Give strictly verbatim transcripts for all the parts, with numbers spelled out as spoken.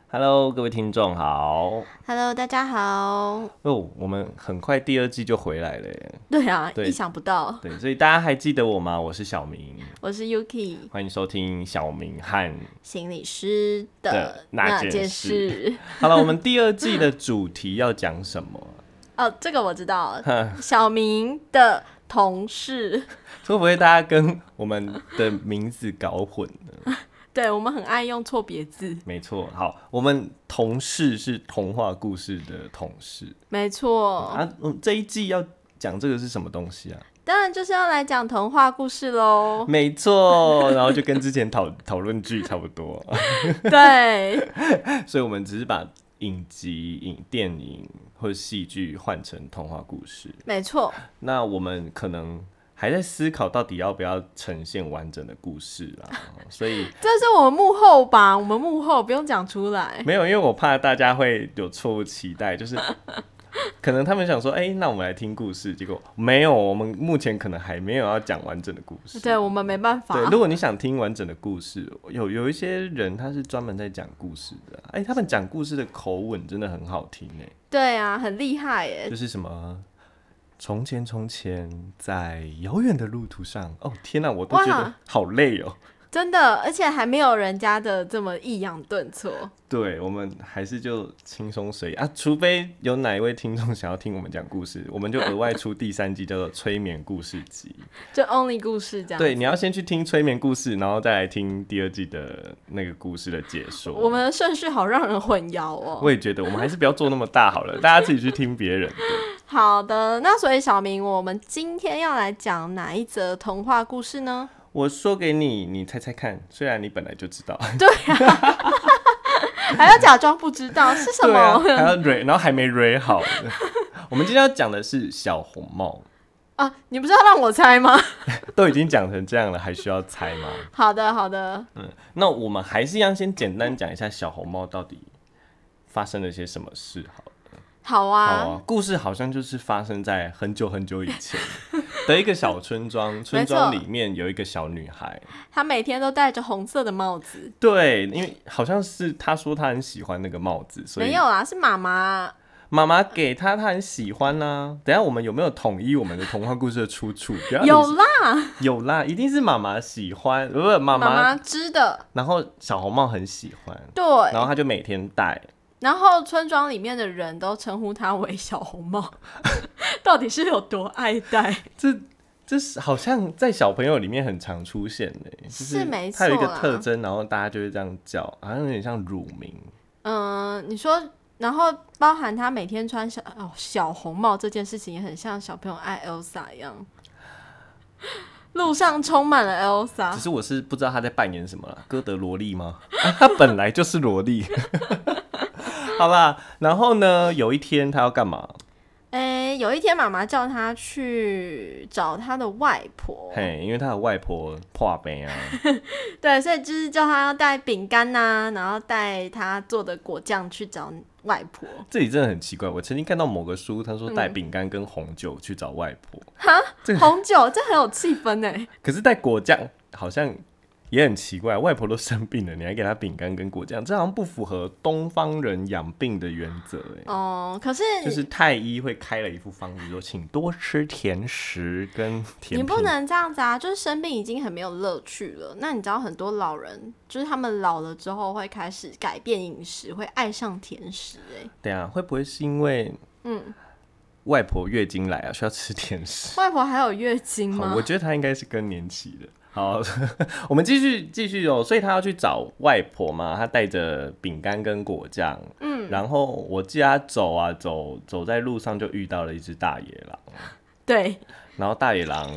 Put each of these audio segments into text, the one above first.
Hello，各位听众好。 Hello，大家好。 哦，我们很快第二季就回来了耶。 对啊， 对意想不到。 对，所以大家还记得我吗？我是小明， 我是 Yuki， 欢迎收听小明和心理师的的那件件事事。 好了，我们第二季的主题要讲什么？ 哦，这个我知道，小明的同事。 会不会大家跟我们的名字搞混呢？ 对，我们很爱用错别字。 没错，好，我们同事是童话故事的同事没错啊。嗯，这一季要讲这个是什么东西啊？ 当然就是要来讲童话故事喽。 没错，然后就跟之前讨讨论剧差不多。 对， 所以我们只是把影集、影电影或者戏剧换成童话故事。 没错。 那我们可能还在思考到底要不要呈现完整的故事啦，所以这是我们幕后吧，我们幕后不用讲出来。 没有，因为我怕大家会有错误期待，就是可能他们想说，哎、欸，那我们来听故事，结果没有，我们目前可能还没有要讲完整的故事。 对，我们没办法。 对，如果你想听完整的故事，有有一些人他是专门在讲故事的，哎、欸，他们讲故事的口吻真的很好听哎。 对啊，很厉害耶。 就是什么。从前，从前，在遥远的路途上，哦天哪，我都觉得好累哦。 真的，而且还没有人家的这么抑扬顿挫。 对，我们还是就轻松随意啊，除非有哪一位听众想要听我们讲故事，我们就额外出第三季叫做催眠故事集， 就 only 故事这样。 对，你要先去听催眠故事，然后再来听第二季的那个故事的解说。 我们的顺序好让人混淆哦。 我也觉得，我们还是不要做那么大好了，大家自己去听别人的。 好的，那所以小明，我们今天要来讲哪一则童话故事呢？ 我说给你，你猜猜看。虽然你本来就知道， 对啊，还要假装不知道是什么， 啊、还要 re， 然后还没 re 好。我们今天要讲的是小红帽啊，你不是要让我猜吗？ 都已经讲成这样了，还需要猜吗？ 好的，好的。 嗯，那我们还是要先简单讲一下小红帽到底发生了些什么事好了。 好啊， 好啊，故事好像就是发生在很久很久以前的一个小村庄，村庄里面有一个小女孩， 她每天都戴着红色的帽子。 对，因为好像是她说她很喜欢那个帽子，所以没有啦，是妈妈。 妈妈给她，她很喜欢啊。等一下我们有没有统一我们的童话故事的出处？ 有啦， 有啦，一定是妈妈喜欢，不是妈妈织的。 然后小红帽很喜欢， 对， 然后她就每天戴。 然后村庄里面的人都称呼他为小红帽，到底是有多爱戴？ 这这是好像在小朋友里面很常出现的，就是没错， 它有一个特征，然后大家就会这样叫，好像有点像乳名。 嗯，你说，然后包含他每天穿小哦小红帽这件事情，也很像小朋友爱 Elsa 一样。路上充满了 Elsa， 只是我是不知道他在扮演什么啦，哥德萝莉吗？啊、他本来就是萝莉。好啦，然后呢，有一天他要干嘛？ 哎、欸，有一天妈妈叫他去找他的外婆， 嘿，因为他的外婆破病啊。 对，所以就是叫他要带饼干呐，然后带他做的果酱去找外婆。 这里真的很奇怪，我曾经看到某个书，他说带饼干跟红酒去找外婆。 哈、嗯，红酒这很有气氛哎。 可是带果酱好像也很奇怪，外婆都生病了，你还给她饼干跟果酱，这好像不符合东方人养病的原则哎。 哦，可是就是太医会开了一副方子说，请多吃甜食跟甜品。 你不能这样子啊！就是生病已经很没有乐趣了。那你知道很多老人，就是他们老了之后会开始改变饮食，会爱上甜食哎。 对啊，会不会是因为嗯？外婆月经来啊，需要吃甜食。 外婆还有月经吗？ 我觉得她应该是更年期的。好，我们继续继续哦。所以她要去找外婆嘛，她带着饼干跟果酱。嗯，然后我记得她走啊走，走在路上就遇到了一只大野狼。 对。 然后大野狼，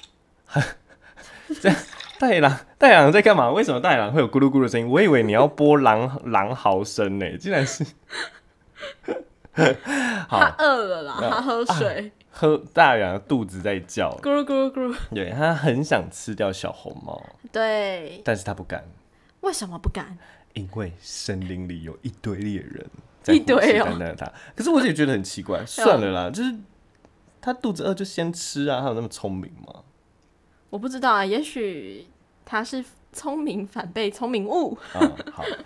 这大野狼大野狼在干嘛？为什么大野狼会有咕噜咕噜的声音？我以为你要播狼狼嚎声呢，竟然是。 他饿了啦，他喝水， 啊、喝大野狼肚子在叫， 咕噜咕噜咕噜。 对，他很想吃掉小红帽， 对， 但是他不敢。 为什么不敢？ 因为森林里有一堆猎人在虎视眈眈他。哦、可是我也觉得很奇怪，算了啦，就是他肚子饿就先吃啊，他有那么聪明吗？ 我不知道啊，也许他是聪明反被聪明误。 嗯，好。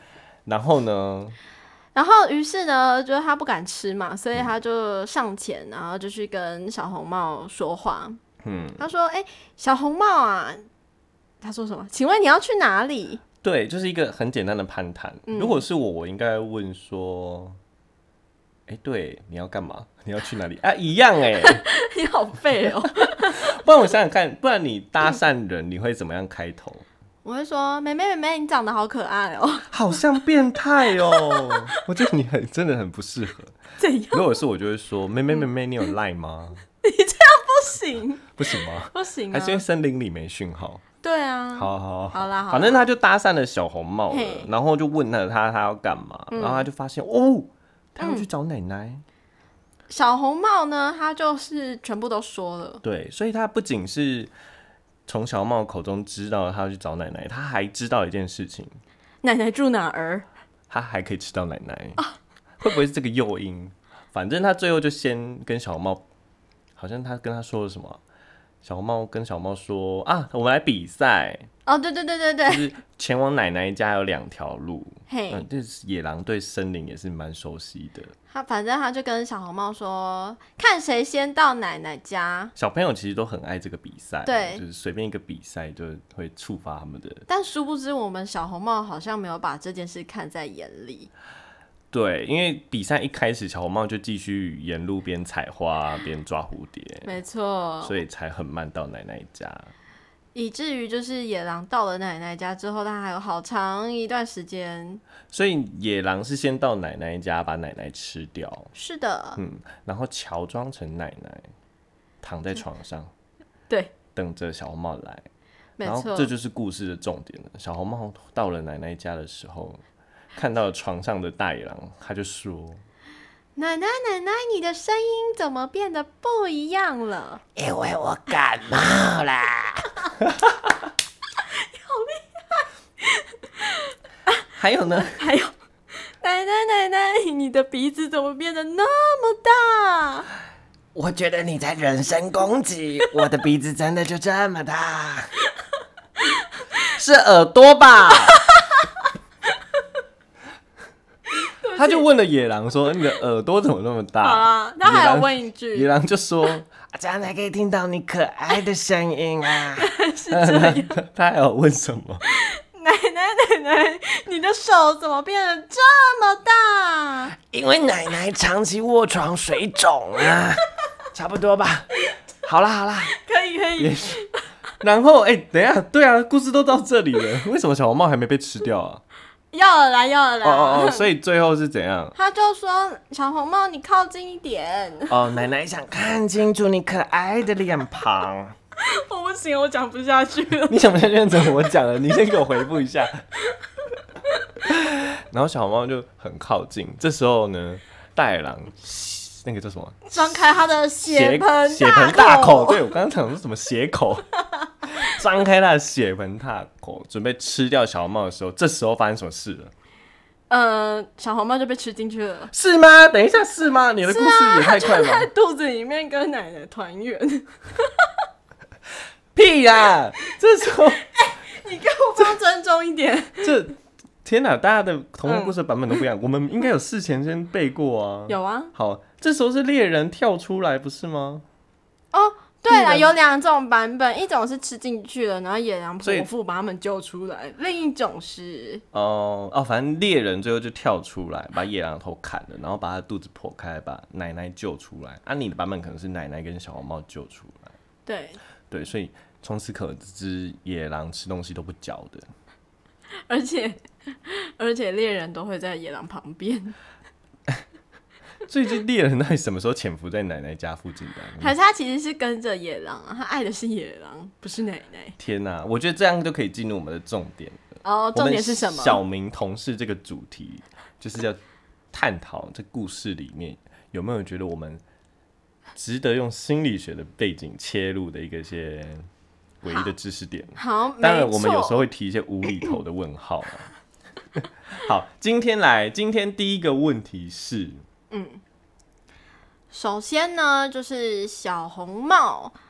然后呢？ 然后于是呢，就是他不敢吃嘛，所以他就上前，然后就去跟小红帽说话。嗯，他说：“哎、欸，小红帽啊，他说什么？请问你要去哪里？” 对，就是一个很简单的攀谈。嗯、如果是我，我应该问说：“哎、欸，对，你要干嘛？你要去哪里？”啊，一样哎、欸， 你好废哦。 不然我想想看，不然你搭讪人，你会怎么样开头？ 我会说：“妹妹妹妹，你长得好可爱哦。” 好像变态哦。我觉得你很真的很不适合。 怎样？ 如果是我就会说：“妹妹妹妹，你有 line 吗？” 你这样不行， 不行吗？ 不行、啊， 还是因为森林里没讯号？ 对啊。 好好好啦，好啦， 反正他就搭讪了小红帽了，然后就问了他他要干嘛，嗯、然后他就发现哦，他要去找奶奶。嗯、 小红帽呢，他就是全部都说了。 对，所以他不仅是从小帽口中知道他要去找奶奶，他还知道一件事情： 奶奶住哪儿？ 他还可以吃到奶奶。啊、会不会是这个诱因？反正他最后就先跟小红帽，好像他跟他说了什么？小红帽跟小帽说啊，我们来比赛。 哦，对对对对对， 就是前往奶奶家有两条路。 嘿， 嗯，就是野狼对森林也是蛮熟悉的。 他反正他就跟小红帽说，看谁先到奶奶家。 小朋友其实都很爱这个比赛， 对， 就是随便一个比赛就会触发他们的。 但殊不知，我们小红帽好像没有把这件事看在眼里。 对，因为比赛一开始，小红帽就继续沿路边采花边抓蝴蝶， 没错， 所以才很慢到奶奶家， 以至于就是野狼到了奶奶家之后，他还有好长一段时间。 所以野狼是先到奶奶家把奶奶吃掉， 是的， 嗯，然后乔装成奶奶，躺在床上， 对， 等着小红帽来， 没错， 然后这就是故事的重点了。小红帽到了奶奶家的时候。看到床上的大野狼，他就说：“ 奶奶，奶奶，你的声音怎么变得不一样了？ 因为我感冒啦。”你好厉害！ 还有呢？ 还有，奶奶，奶奶，你的鼻子怎么变得那么大？ 我觉得你在人身攻击，我的鼻子真的就这么大，是耳朵吧？他就问了野狼说：“你的耳朵怎么那么大？” 好啦，他还有问一句， 野狼就说：“这样才可以听到你可爱的声音啊。” 是这样。 他还有问什么？ 奶奶，奶奶，你的手怎么变得这么大？ 因为奶奶长期卧床水肿啊，差不多吧。好啦，好啦， 可以，可以。 然后，哎、欸，等一下，对啊，故事都到这里了，为什么小红帽还没被吃掉啊？ 要了啦，要了啦！ 哦哦，所以最后是怎样？ 他就说：“小红帽，你靠近一点。” 哦，奶奶想看清楚你可爱的脸庞。 我不行，我讲不下去了。 你讲不下去，怎么我讲了？你先给我回复一下。然后小红帽就很靠近，这时候呢，大野狼那个叫什么？ 张开他的血盆血盆大口。对，我刚刚讲的是什么血口？张开他的血盆大口，准备吃掉小红帽的时候，这时候发生什么事了？ 呃，小红帽就被吃进去了。 是吗？等一下，是吗？你的故事也太快了吧！ 在肚子里面跟奶奶团圆。 屁呀！这时候， 哎、欸，你给我放尊重一点。 这天哪，大家的童话故事版本都不一样，嗯、我们应该有事前先背过啊。 有啊。 好，这时候是猎人跳出来，不是吗？ 哦。对啦，有两种版本，一种是吃进去了，然后野狼婆妇把他们救出来；另一种是哦哦，反正猎人最后就跳出来，把野狼的头砍了，然后把他肚子剖开，把奶奶救出来。啊，你的版本可能是奶奶跟小红帽救出来。 对对，所以从此可知，野狼吃东西都不嚼的， 而且而且猎人都会在野狼旁边。 所以这猎人到底什么时候潜伏在奶奶家附近的、啊？ 还是他其实是跟着野狼啊？他爱的是野狼，不是奶奶。 天哪、啊，我觉得这样就可以进入我们的重点了。 哦，重点是什么？ 小明同事这个主题就是要探讨这故事里面有没有觉得我们值得用心理学的背景切入的一个一些唯一的知识点。 好， 当然我们有时候会提一些无厘头的问号、啊。好，今天来，今天第一个问题是。嗯， 首先呢，就是小红帽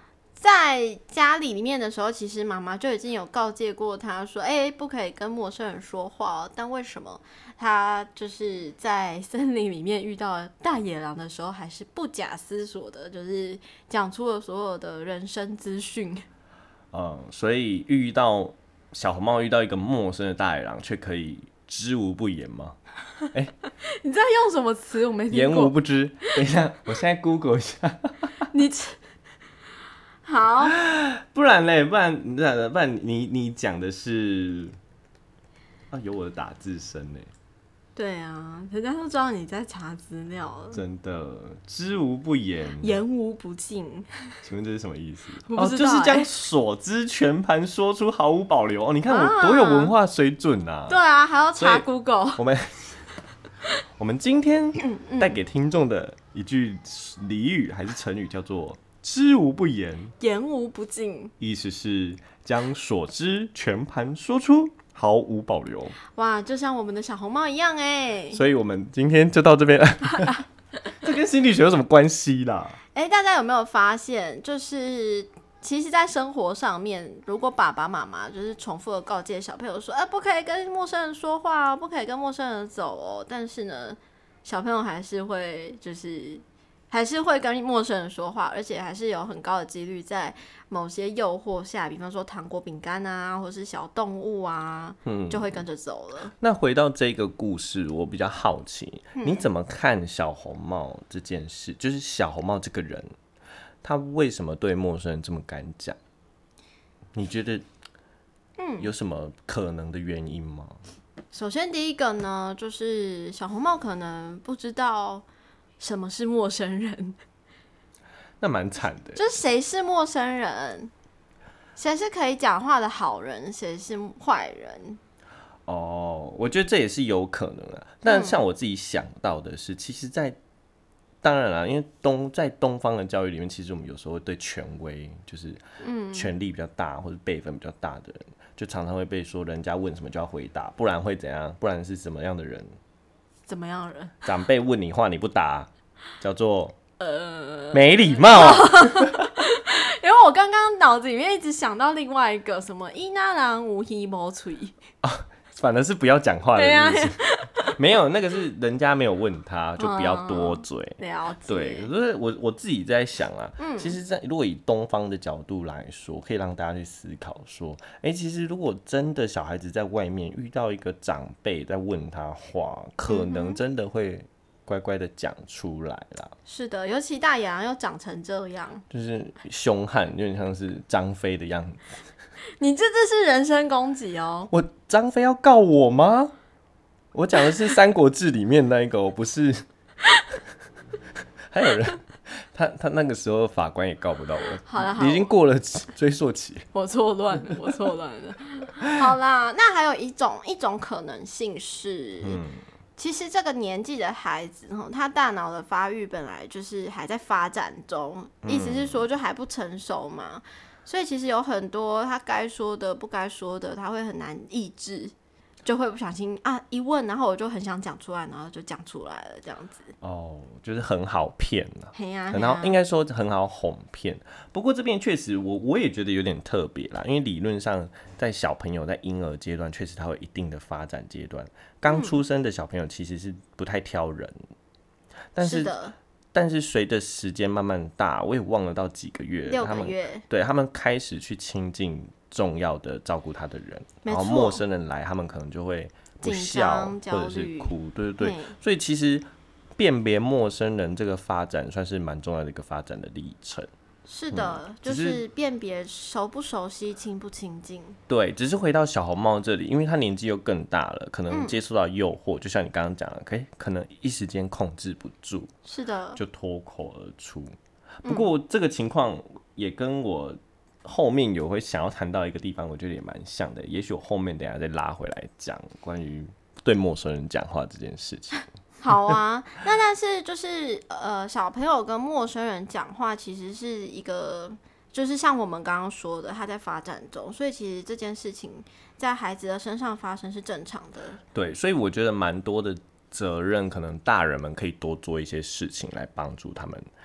在家里里面的时候，其实妈妈就已经有告诫过他说：“哎、欸，不可以跟陌生人说话哦。”但为什么他就是在森林里面遇到大野狼的时候，还是不假思索的，就是讲出了所有的人生资讯？ 嗯，所以遇到小红帽遇到一个陌生的大野狼，却可以知无不言吗？哎、欸， 你在用什么词？我没听过。 言无不知。等一下，我现在 Google 一下。 你。好， 不然嘞，不然不然不然你你讲的是啊，有我的打字声嘞。 对啊，人家都知道你在查资料了。 真的，知无不言， 言无不尽。 请问这是什么意思？ 我不知道、欸、 哦，就是将所知全盘说出，毫无保留。哦，你看我多有文化水准啊！ 对啊，还要查 Google。 我们我们今天带给听众的一句俚语还是成语，叫做知无不言， 言无不尽， 意思是将所知全盘说出，毫无保留。 哇，就像我们的小红帽一样哎。 所以我们今天就到这边。这跟心理学有什么关系啦？ 哎、欸，大家有没有发现，就是其实，在生活上面，如果爸爸妈妈就是重复的告诫小朋友说，哎、欸，不可以跟陌生人说话哦，不可以跟陌生人走哦，但是呢，小朋友还是会就是。还是会跟陌生人说话，而且还是有很高的几率在某些诱惑下，比方说糖果、饼干啊，或是小动物啊，嗯，就会跟着走了。 那回到这个故事，我比较好奇，嗯、你怎么看小红帽这件事？就是小红帽这个人，他为什么对陌生人这么敢讲？你觉得，嗯，有什么可能的原因吗？ 首先，第一个呢，就是小红帽可能不知道什么是陌生人， 那蛮惨的。 就是谁是陌生人，谁是可以讲话的好人，谁是坏人。 哦，我觉得这也是有可能的。但像我自己想到的是，嗯、其实在，在当然啦，因为东在东方的教育里面，其实我们有时候会对权威，就是权力比较大或者辈分比较大的人，就常常会被说人家问什么就要回答，不然会怎样？不然是什么样的人？ 怎么样的人？ 长辈问你话你不答，叫做呃没礼貌。 因为我刚刚脑子里面一直想到另外一个什么伊那人有耳无嘴啊，反而是不要讲话的意思。没有，那个是人家没有问他，就不要多嘴。 嗯、了解。 对，可是我我自己在想啊，嗯、其实在如果以东方的角度来说，可以让大家去思考说，哎、欸，其实如果真的小孩子在外面遇到一个长辈在问他话，可能真的会乖乖的讲出来啦。 是的，尤其大野狼又长成这样， 就是凶悍，有点像是张飞的样子。 你这这是人身攻击哦！ 我张飞要告我吗？我讲的是《三国志》里面那一个，我不是。还有人，他他那个时候法官也告不到我。 好了，好， 已经过了追溯期。 我错乱了，我错乱了。好啦，那还有一种一种可能性是，嗯，其实这个年纪的孩子，他大脑的发育本来就是还在发展中，意思是说就还不成熟嘛，所以其实有很多他该说的、不该说的，他会很难抑制。就会不小心啊，一问，然后我就很想讲出来，然后就讲出来了，这样子。 哦，就是很好骗啊， 啊很好，应该说很好哄骗。不过这边确实我，我我也觉得有点特别啦，因为理论上在小朋友在婴儿阶段，确实他会有一定的发展阶段。刚出生的小朋友其实是不太挑人，嗯、但是。是的但是随着时间慢慢大，我也忘了到几个月， 六个月， 他们对他们开始去亲近重要的照顾他的人，然后陌生人来，他们可能就会不笑或者是哭，对对对。所以其实辨别陌生人这个发展算是蛮重要的一个发展的历程。 是的，嗯、就是辨别熟不熟悉、亲不亲近。 对，只是回到小红帽这里，因为他年纪又更大了，可能接触到诱惑，嗯、就像你刚刚讲的，可以可能一时间控制不住， 是的， 就脱口而出。不过这个情况也跟我后面有会想要谈到一个地方，我觉得也蛮像的。也许我后面等一下再拉回来讲关于对陌生人讲话这件事情。 好啊，那但是就是呃，小朋友跟陌生人讲话，其实是一个，就是像我们刚刚说的，他在发展中，所以其实这件事情在孩子的身上发生是正常的。 对，所以我觉得蛮多的责任，可能大人们可以多做一些事情来帮助他们。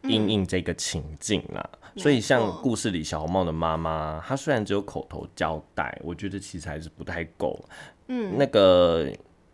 因应这个情境啦。嗯、所以像故事里小红帽的妈妈，她虽然只有口头交代，我觉得其实还是不太够。嗯，那个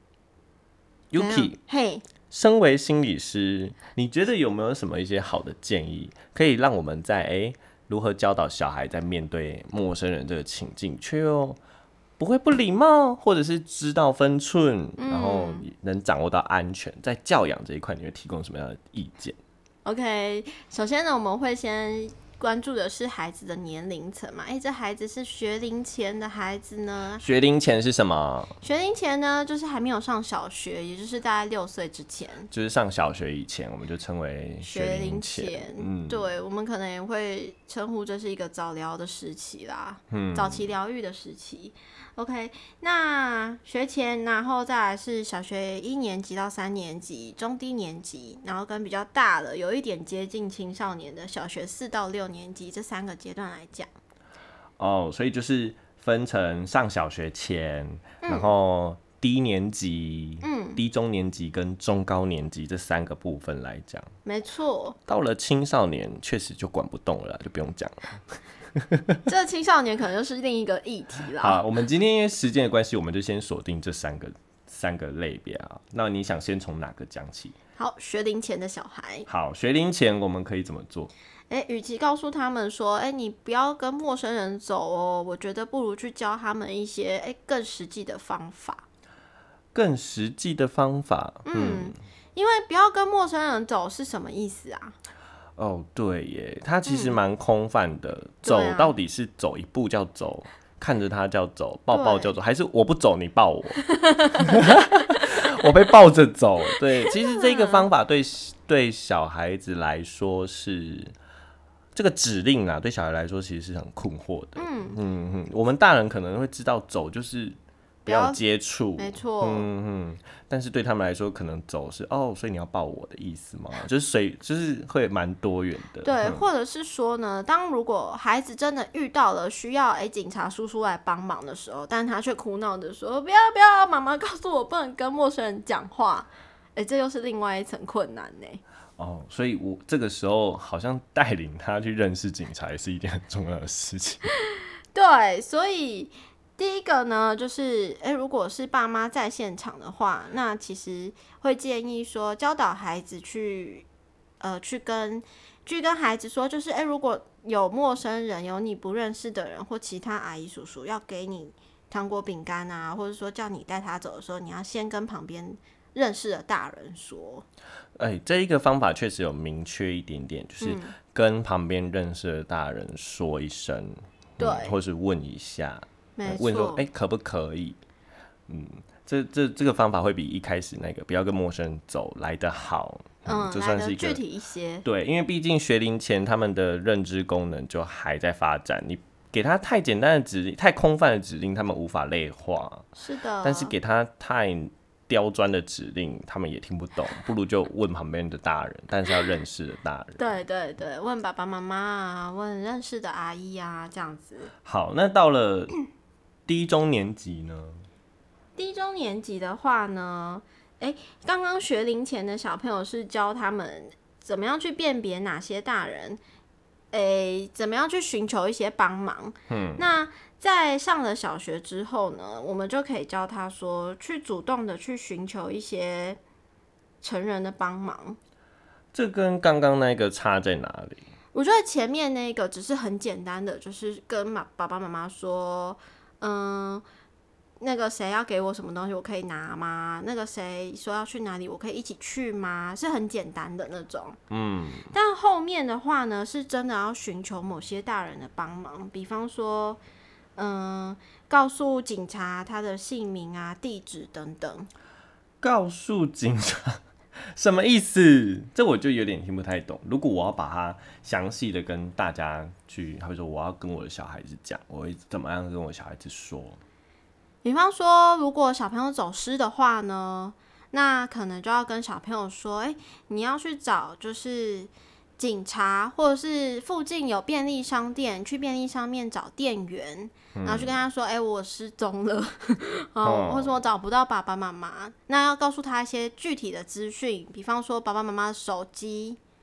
Yuki， 嘿， 身为心理师，你觉得有没有什么一些好的建议，可以让我们在哎、欸、如何教导小孩在面对陌生人这个情境，却又不会不礼貌，或者是知道分寸，嗯、然后能掌握到安全，在教养这一块，你会提供什么样的意见 ？OK， 首先呢，我们会先关注的是孩子的年龄层嘛，哎、欸，这孩子是学龄前的孩子呢？ 学龄前是什么？ 学龄前呢，就是还没有上小学，也就是大概六岁之前， 就是上小学以前，我们就称为学龄前。 学龄前，嗯，对，我们可能也会称呼这是一个早疗的时期啦，嗯，早期疗愈的时期。OK， 那学前，然后再来是小学一年级到三年级，中低年级，然后跟比较大的，有一点接近青少年的小学四到六年级这三个阶段来讲。 哦，所以就是分成上小学前，嗯、然后低年级、嗯、低中年级跟中高年级这三个部分来讲。 没错。 到了青少年，确实就管不动了，就不用讲了。 这青少年可能就是另一个议题啦。 好，我们今天因为时间的关系，我们就先锁定这三个三个类别啊。那你想先从哪个讲起？ 好，学龄前的小孩。 好，学龄前我们可以怎么做？ 哎，与其告诉他们说，哎，你不要跟陌生人走哦，我觉得不如去教他们一些哎更实际的方法。 更实际的方法， 嗯，嗯因为不要跟陌生人走是什么意思啊？ 哦，对耶，他其实蛮空泛的。嗯、走到底是走一步叫走，看着他叫走，抱抱叫走，还是我不走你抱我，我被抱着走？对，其实这个方法对对小孩子来说是这个指令啊，对小孩来说其实是很困惑的。嗯嗯嗯，我们大人可能会知道走就是不要接触， 没错， 嗯嗯，但是对他们来说，可能走是哦，所以你要抱我的意思吗？就是随，就是会蛮多元的。 对，嗯、或者是说呢，当如果孩子真的遇到了需要哎、欸、警察叔叔来帮忙的时候，但他却哭闹的说不要不要，妈妈告诉我不能跟陌生人讲话，哎、欸，这又是另外一层困难呢。 哦，所以我这个时候好像带领他去认识警察也是一件很重要的事情。 对，所以。第一个呢，就是，欸，如果是爸妈在现场的话，那其实会建议说，教导孩子去，呃，去跟去跟孩子说，就是，欸，如果有陌生人、有你不认识的人或其他阿姨叔叔要给你糖果、饼干啊，或者说叫你带他走的时候，你要先跟旁边认识的大人说。 哎、欸，这一个方法确实有明确一点点，就是跟旁边认识的大人说一声， 对、 嗯，或是问一下。 问说，哎、欸，可不可以？嗯，这这这个方法会比一开始那个不要跟陌生人走来得好， 嗯， 就算是一个具体一些。 对，因为毕竟学龄前他们的认知功能就还在发展，你给他太简单的指令、太空泛的指令，他们无法内化。 是的。但是给他太刁钻的指令，他们也听不懂，不如就问旁边的大人，但是要认识的大人。 对对对，问爸爸妈妈啊，问认识的阿姨啊，这样子。 好，那到了。低中年级呢？ 低中年级的话呢，哎，刚刚学龄前的小朋友是教他们怎么样去辨别哪些大人，哎，怎么样去寻求一些帮忙。嗯，那在上了小学之后呢，我们就可以教他说，去主动的去寻求一些成人的帮忙。 这跟刚刚那个差在哪里？ 我觉得前面那个只是很简单的，就是跟爸爸妈妈说。嗯，那个谁要给我什么东西，我可以拿吗？那个谁说要去哪里，我可以一起去吗？是很简单的那种。嗯，但后面的话呢，是真的要寻求某些大人的帮忙，比方说，嗯，告诉警察他的姓名啊、地址等等。 告诉警察什么意思？这我就有点听不太懂。如果我要把它详细的跟大家去，好比说我要跟我的小孩子讲，我会怎么样跟我小孩子说？ 比方说，如果小朋友走失的话呢，那可能就要跟小朋友说，哎、欸，你要去找就是警察，或者是附近有便利商店，去便利商店找店员，然后去跟他说，哎、欸，我失踪了，哦，或者我找不到爸爸妈妈，那要告诉他一些具体的资讯，比方说爸爸妈妈的手机，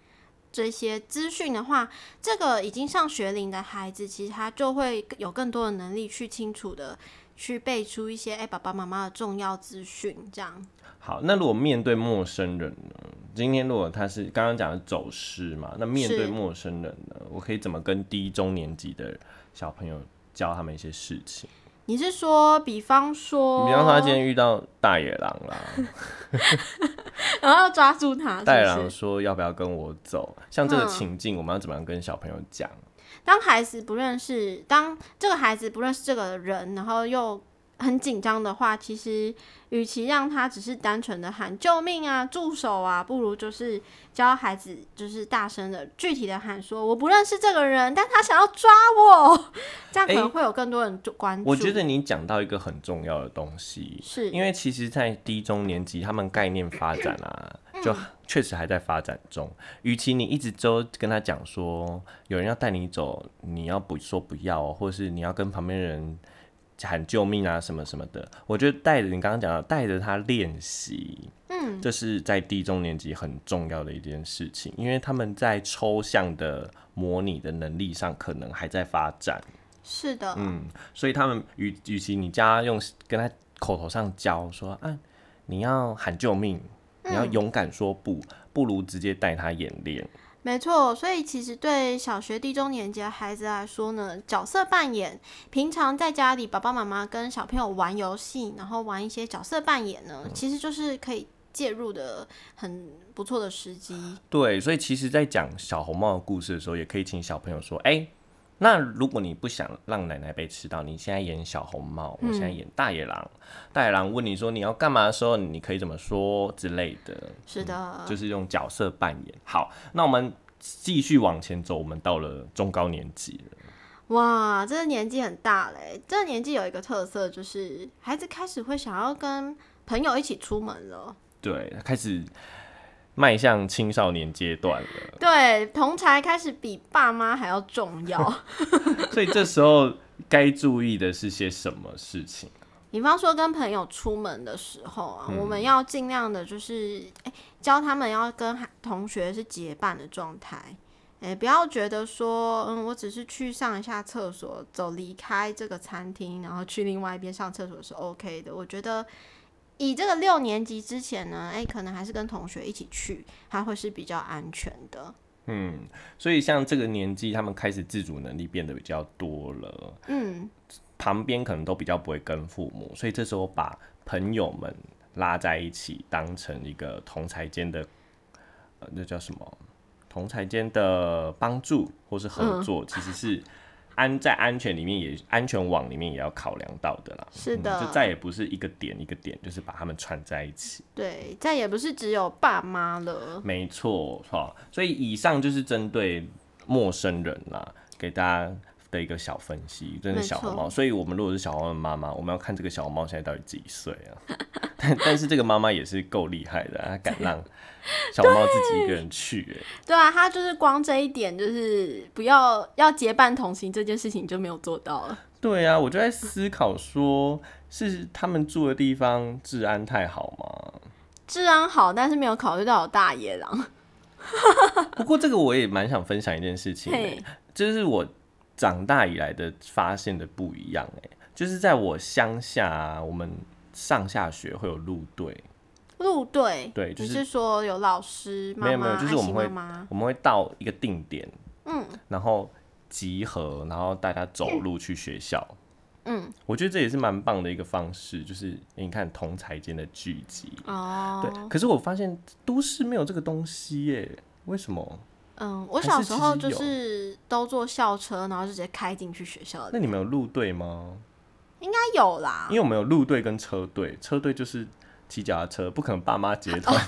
这些资讯的话，这个已经上学龄的孩子，其实他就会有更多的能力去清楚的去背出一些哎、欸、爸爸妈妈的重要资讯，这样。 好，那如果面对陌生人呢？今天如果他是刚刚讲的走失嘛，那面对陌生人呢，我可以怎么跟低中年级的小朋友教他们一些事情？ 你是说，比方说， 比方说他今天遇到大野狼啦， 然后要抓住他， 大野狼说要不要跟我走？像这个情境，我们要怎么样跟小朋友讲？ 当孩子不认识，当这个孩子不认识这个人，然后又很紧张的话，其实与其让他只是单纯的喊救命啊、助手啊，不如就是教孩子就是大声的、具体的喊说：“我不认识这个人，但他想要抓我。”这样可能会有更多人关注。 我觉得你讲到一个很重要的东西， 是因为其实，在低中年级，他们概念发展啊，就确实还在发展中。与其你一直都跟他讲说有人要带你走，你要不说不要、哦，或是你要跟旁边人喊救命啊什么什么的，我觉得带着你刚刚讲的，带着他练习，嗯，这是在低中年级很重要的一件事情，因为他们在抽象的模拟的能力上可能还在发展。 是的， 嗯，所以他们与与其你家用跟他口头上教说啊，你要喊救命，你要勇敢说不，嗯、不如直接带他演练。 没错，所以其实对小学低中年级的孩子来说呢，角色扮演，平常在家里爸爸妈妈跟小朋友玩游戏，然后玩一些角色扮演呢，嗯、其实就是可以介入的很不错的时机。 对，所以其实在讲小红帽的故事的时候，也可以请小朋友说，哎、欸。那如果你不想让奶奶被吃到，你现在演小红帽，我现在演大野狼。嗯、大野狼问你说你要干嘛的时候，你可以怎么说之类的。 是的、嗯， 就是用角色扮演。好，那我们继续往前走，我们到了中高年级了。 哇，这个年纪很大嘞！这个年纪有一个特色，就是孩子开始会想要跟朋友一起出门了。 对，开始迈向青少年阶段了， 对，同侪开始比爸妈还要重要， 所以这时候该注意的是些什么事情？ 比方说跟朋友出门的时候啊，嗯、我们要尽量的就是、欸、教他们要跟同学是结伴的状态，欸、不要觉得说嗯，我只是去上一下厕所，走离开这个餐厅，然后去另外一边上厕所是 OK 的。我觉得以这个六年级之前呢，哎、欸，可能还是跟同学一起去，它会是比较安全的。 嗯，所以像这个年纪，他们开始自主能力变得比较多了。嗯，旁边可能都比较不会跟父母，所以这时候把朋友们拉在一起，当成一个同侪间的，呃，那叫什么？同侪间的帮助或是合作，嗯、其实是。安在安全里面也安全网里面也要考量到的啦， 是的、 嗯，就再也不是一个点一个点，就是把他们串在一起。 对，再也不是只有爸妈了。 没错，所以以上就是针对陌生人啦，给大家的一个小分析，真的小红帽。所以我们如果是小红帽的妈妈，我们要看这个小红帽现在到底几岁啊？但但是这个妈妈也是够厉害的，她敢让小红帽自己一个人去、欸。 对啊，她就是光这一点，就是不要要结伴同行这件事情就没有做到了。 对啊，我就在思考说，是他们住的地方治安太好吗？ 治安好，但是没有考虑到有大野狼。 不过这个我也蛮想分享一件事情、欸，就是我长大以来的发现的不一样、欸，就是在我乡下、啊，我们上下学会有路队。 路队， 对，就是、 你是说有老师妈妈？ 没有没有，就是我们会妈妈我们会到一个定点，嗯，然后集合，然后大家走路去学校，嗯，我觉得这也是蛮棒的一个方式，就是你看同侪间的聚集哦，对。可是我发现都市没有这个东西耶，为什么？ 嗯，我小时候就是都坐校车，然后就直接开进去学校的。 那你们有路队吗？ 应该有啦， 因为我们有路队跟车队，车队就是骑脚踏车，不可能爸妈结团。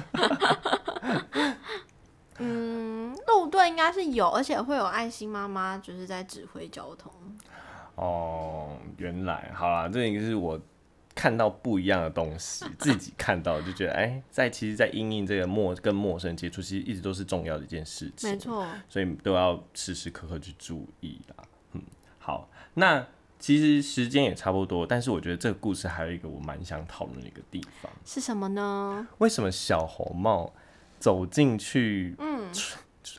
嗯，路队应该是有，而且会有爱心妈妈，就是在指挥交通。 哦，原来好啦，这也是我看到不一样的东西，自己看到就觉得，哎、欸，在其实，在因应这个陌跟陌生接触，其实一直都是重要的一件事情。 没错， 所以都要时时刻刻去注意啦。嗯，好，那。其实时间也差不多，但是我觉得这个故事还有一个我蛮想讨论的一个地方， 是什么呢？ 为什么小红帽走进去，嗯，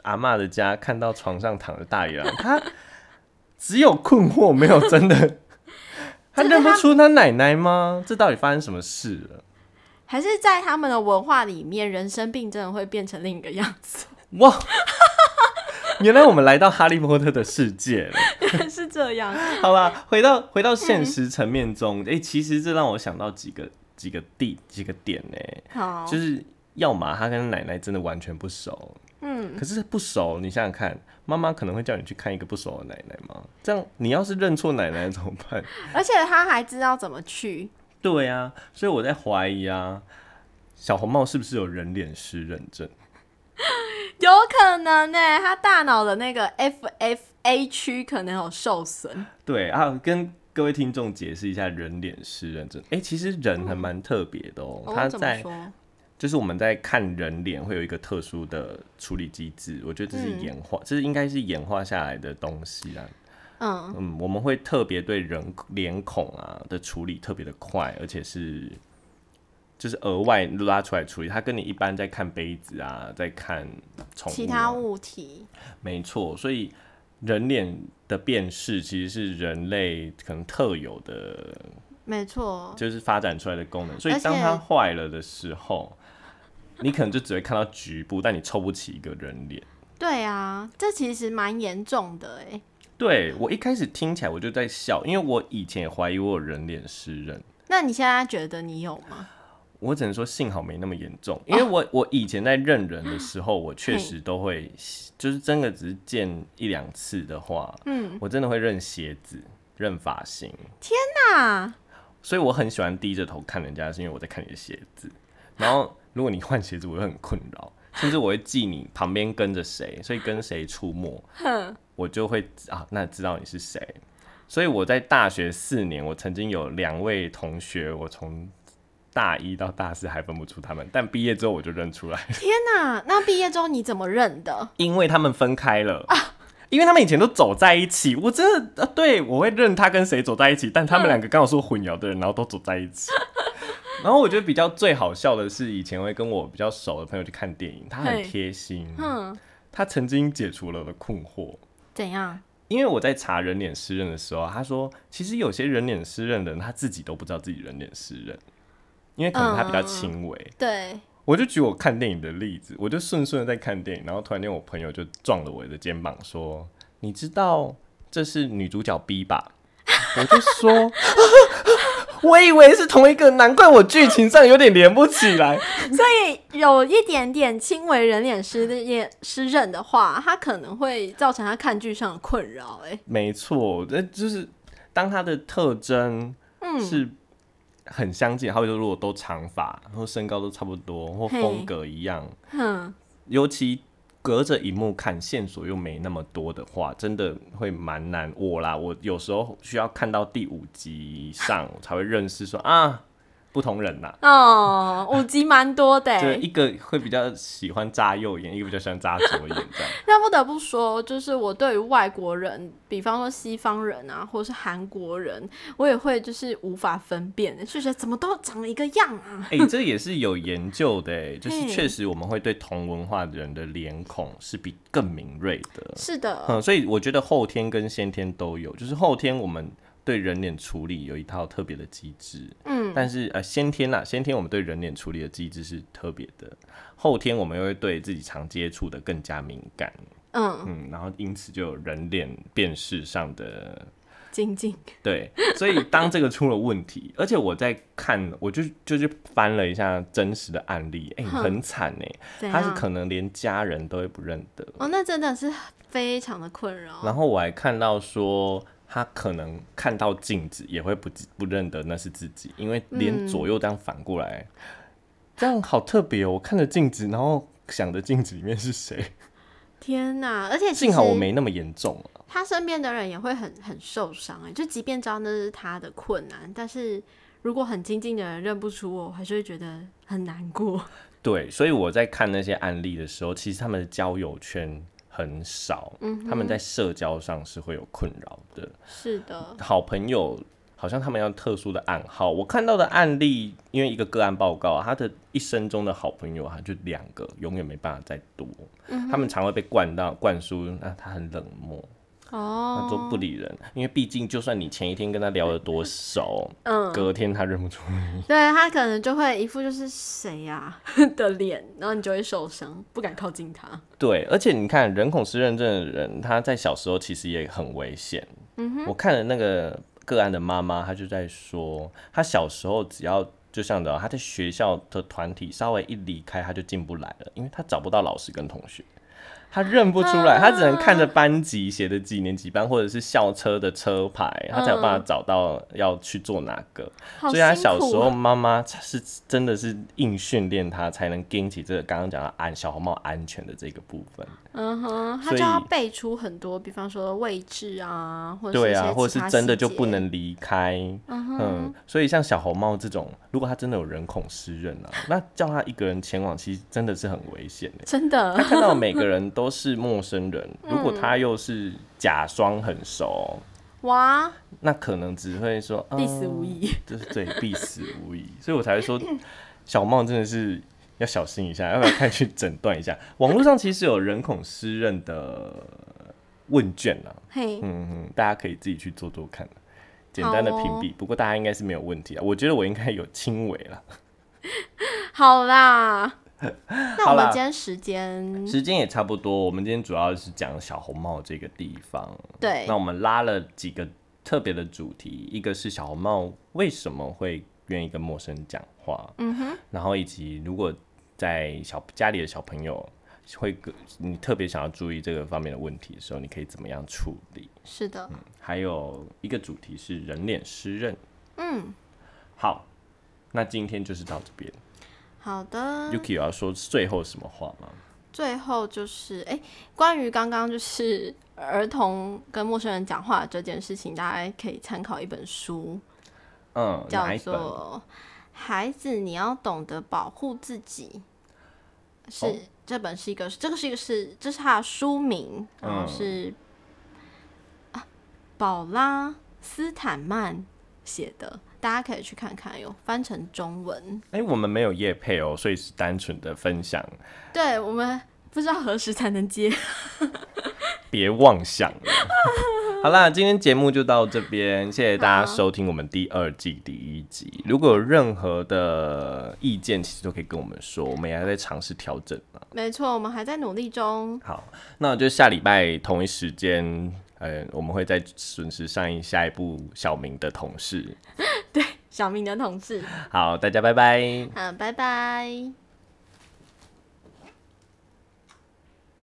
阿嬷的家看到床上躺着大野狼，他只有困惑，没有真的，他认不出他奶奶吗？这到底发生什么事了？ 还是在他们的文化里面，人生病真的会变成另一个样子？ 哇！原来我们来到哈利波特的世界了， 是这样。 好吧，回到回到现实层面中，哎、嗯欸，其实这让我想到几个几个地几个点呢、欸。好，就是要么他跟奶奶真的完全不熟，嗯，可是不熟，你想想看，妈妈可能会叫你去看一个不熟的奶奶吗？这样你要是认错奶奶怎么办？ 而且他还知道怎么去。 对啊，所以我在怀疑啊，小红帽是不是有人脸失认症？ 有可能呢、欸，他大脑的那个 F F A 区可能有受损。 对啊，跟各位听众解释一下人脸失认症。哎、欸，其实人还蛮特别的哦、喔，他、嗯、在就是我们在看人脸会有一个特殊的处理机制，我觉得这是演化，嗯、这是应该是演化下来的东西啦。嗯嗯，我们会特别对人脸孔啊的处理特别的快，而且是就是额外拉出来处理。它跟你一般在看杯子啊，在看宠物、啊、 其他物体， 没错。所以人脸的辨识其实是人类可能特有的， 没错， 就是发展出来的功能。所以当它坏了的时候，你可能就只会看到局部，但你凑不起一个人脸。 对啊，这其实蛮严重的哎、欸。 对，我一开始听起来我就在笑，因为我以前也怀疑我有人脸失认。 那你现在觉得你有吗？ 我只能说幸好没那么严重，因为我、哦、我以前在认人的时候，我确实都会，就是真的只是见一两次的话，嗯，我真的会认鞋子、认发型。 天哪！ 所以我很喜欢低着头看人家，是因为我在看你的鞋子。然后如果你换鞋子，我会很困扰，甚至我会记你旁边跟着谁，所以跟谁出没。我就会啊，那知道你是谁。所以我在大学四年，我曾经有两位同学，我从大一到大四还分不出他们，但毕业之后我就认出来了。 天哪！那毕业之后你怎么认的？ 因为他们分开了啊，因为他们以前都走在一起。我真的、啊、对我会认他跟谁走在一起，但他们两个刚好是我混淆的人，然后都走在一起。然后我觉得比较最好笑的是，以前会跟我比较熟的朋友去看电影，他很贴心，嗯，他曾经解除了我的困惑。 怎样？ 因为我在查人脸失认的时候，他说其实有些人脸失认的人他自己都不知道自己人脸失认，因为可能他比较轻微、嗯。对，我就举我看电影的例子，我就顺顺的在看电影，然后突然间我朋友就撞了我的肩膀说：“你知道这是女主角 B 吧？”我就说。我以为是同一个，难怪我剧情上有点连不起来。 所以有一点点轻微人脸失认失认的话，它可能会造成他看剧上的困扰。哎， 没错，就是当他的特征是很相近，还有如果都长发，然后身高都差不多，或风格一样，尤其隔着荧幕看，线索又没那么多的话，真的会蛮难。我啦，我有时候需要看到第五集以上，我才会认识说啊，不同人呐。 哦，五集蛮多的， 就一个会比较喜欢眨右眼，一个比较喜欢眨左眼这样。 那不得不说，就是我对于外国人，比方说西方人啊，或是韩国人，我也会就是无法分辨，就觉得怎么都长一个样啊。 哎、欸，这也是有研究的，哎，就是确实我们会对同文化的人的脸孔是比更敏锐的。 是的， 嗯，所以我觉得后天跟先天都有，就是后天我们对人脸处理有一套特别的机制，嗯，但是呃先天啦，先天我们对人脸处理的机制是特别的，后天我们又会对自己常接触的更加敏感。嗯嗯，然后因此就有人脸辨识上的精进。 对，所以当这个出了问题，而且我在看，我就就去翻了一下真实的案例，哎、欸，很惨哎，他是可能连家人都会不认得。 哦，那真的是非常的困扰。 然后我还看到说，他可能看到镜子也会不不认得那是自己，因为连左右这样反过来，嗯、这样好特别哦。我看着镜子，然后想着镜子里面是谁。 天哪！而且幸好我没那么严重、啊、 他身边的人也会很很受伤哎，就即便知道那是他的困难，但是如果很亲近的人认不出我，我还是会觉得很难过。 对，所以我在看那些案例的时候，其实他们的交友圈很少，嗯、他们在社交上是会有困扰的。 是的， 好朋友好像他们要特殊的暗号。我看到的案例，因为一个个案报告、啊，他的一生中的好朋友他就两个，永远没办法再多。嗯、他们常会被灌到灌输，那他很冷漠。哦，他都不理人，因为毕竟就算你前一天跟他聊得多熟，嗯，隔天他认不出你， 对他可能就会一副就是谁呀、啊、的脸，然后你就会受伤，不敢靠近他。 对，而且你看人恐失认症的人，他在小时候其实也很危险。嗯哼，我看了那个个案的妈妈，她就在说，她小时候只要就像的，她在学校的团体稍微一离开，她就进不来了，因为她找不到老师跟同学。他认不出来，他只能看着班级写的几年几班，或者是校车的车牌，他才有办法找到要去做哪个。 嗯、 所以他小时候妈妈是真的是硬训练他，才能跟起这个刚刚讲到安小红帽安全的这个部分。 嗯哼，他就要背出很多，比方说位置啊，或者是一些其他细节， 对啊，或者是真的就不能离开。嗯, 嗯，所以像小红帽这种，如果他真的有人恐失认啊，那叫他一个人前往，其实真的是很危险的。 真的， 他看到每个人都是陌生人，如果他又是假装很熟，哇，那可能只会说必死无疑， 嗯、就是对，必死无疑。所以我才会说，小帽真的是要小心一下，要不要看去诊断一下？网络上其实有人恐失认的问卷啊，嗯嗯，大家可以自己去做做看，简单的屏蔽。哦、不过大家应该是没有问题啊，我觉得我应该有轻微啦。 好啦。那我们今天时间时间也差不多，我们今天主要是讲小红帽这个地方。 对， 那我们拉了几个特别的主题，一个是小红帽为什么会愿意跟陌生人讲话，嗯哼，然后以及如果在小家里的小朋友会你特别想要注意这个方面的问题的时候，你可以怎么样处理？ 是的， 嗯，还有一个主题是人脸失认。 嗯， 好，那今天就是到这边。 好的 Yuki 有要说最后什么话吗？ 最后就是哎、欸，关于刚刚就是儿童跟陌生人讲话这件事情，大家可以参考一本书， 嗯， 叫做《孩子你要懂得保护自己》，是、哦、这本是一个这个是一个是这是它的书名，然后是、嗯啊、宝拉斯坦曼写的。大家可以去看看，有翻成中文。 哎、欸，我们没有业配哦，所以是单纯的分享。 对，我们不知道何时才能接， 别妄想了。好啦，今天节目就到这边，谢谢大家收听我们第二季第一集。如果有任何的意见，其实都可以跟我们说，我们也还在尝试调整嘛。 没错，我们还在努力中。 好，那我就下礼拜同一时间。呃，我们会再准时上映下一部小明的同事。 对，小明的同事。 好，大家拜拜。 好，拜拜。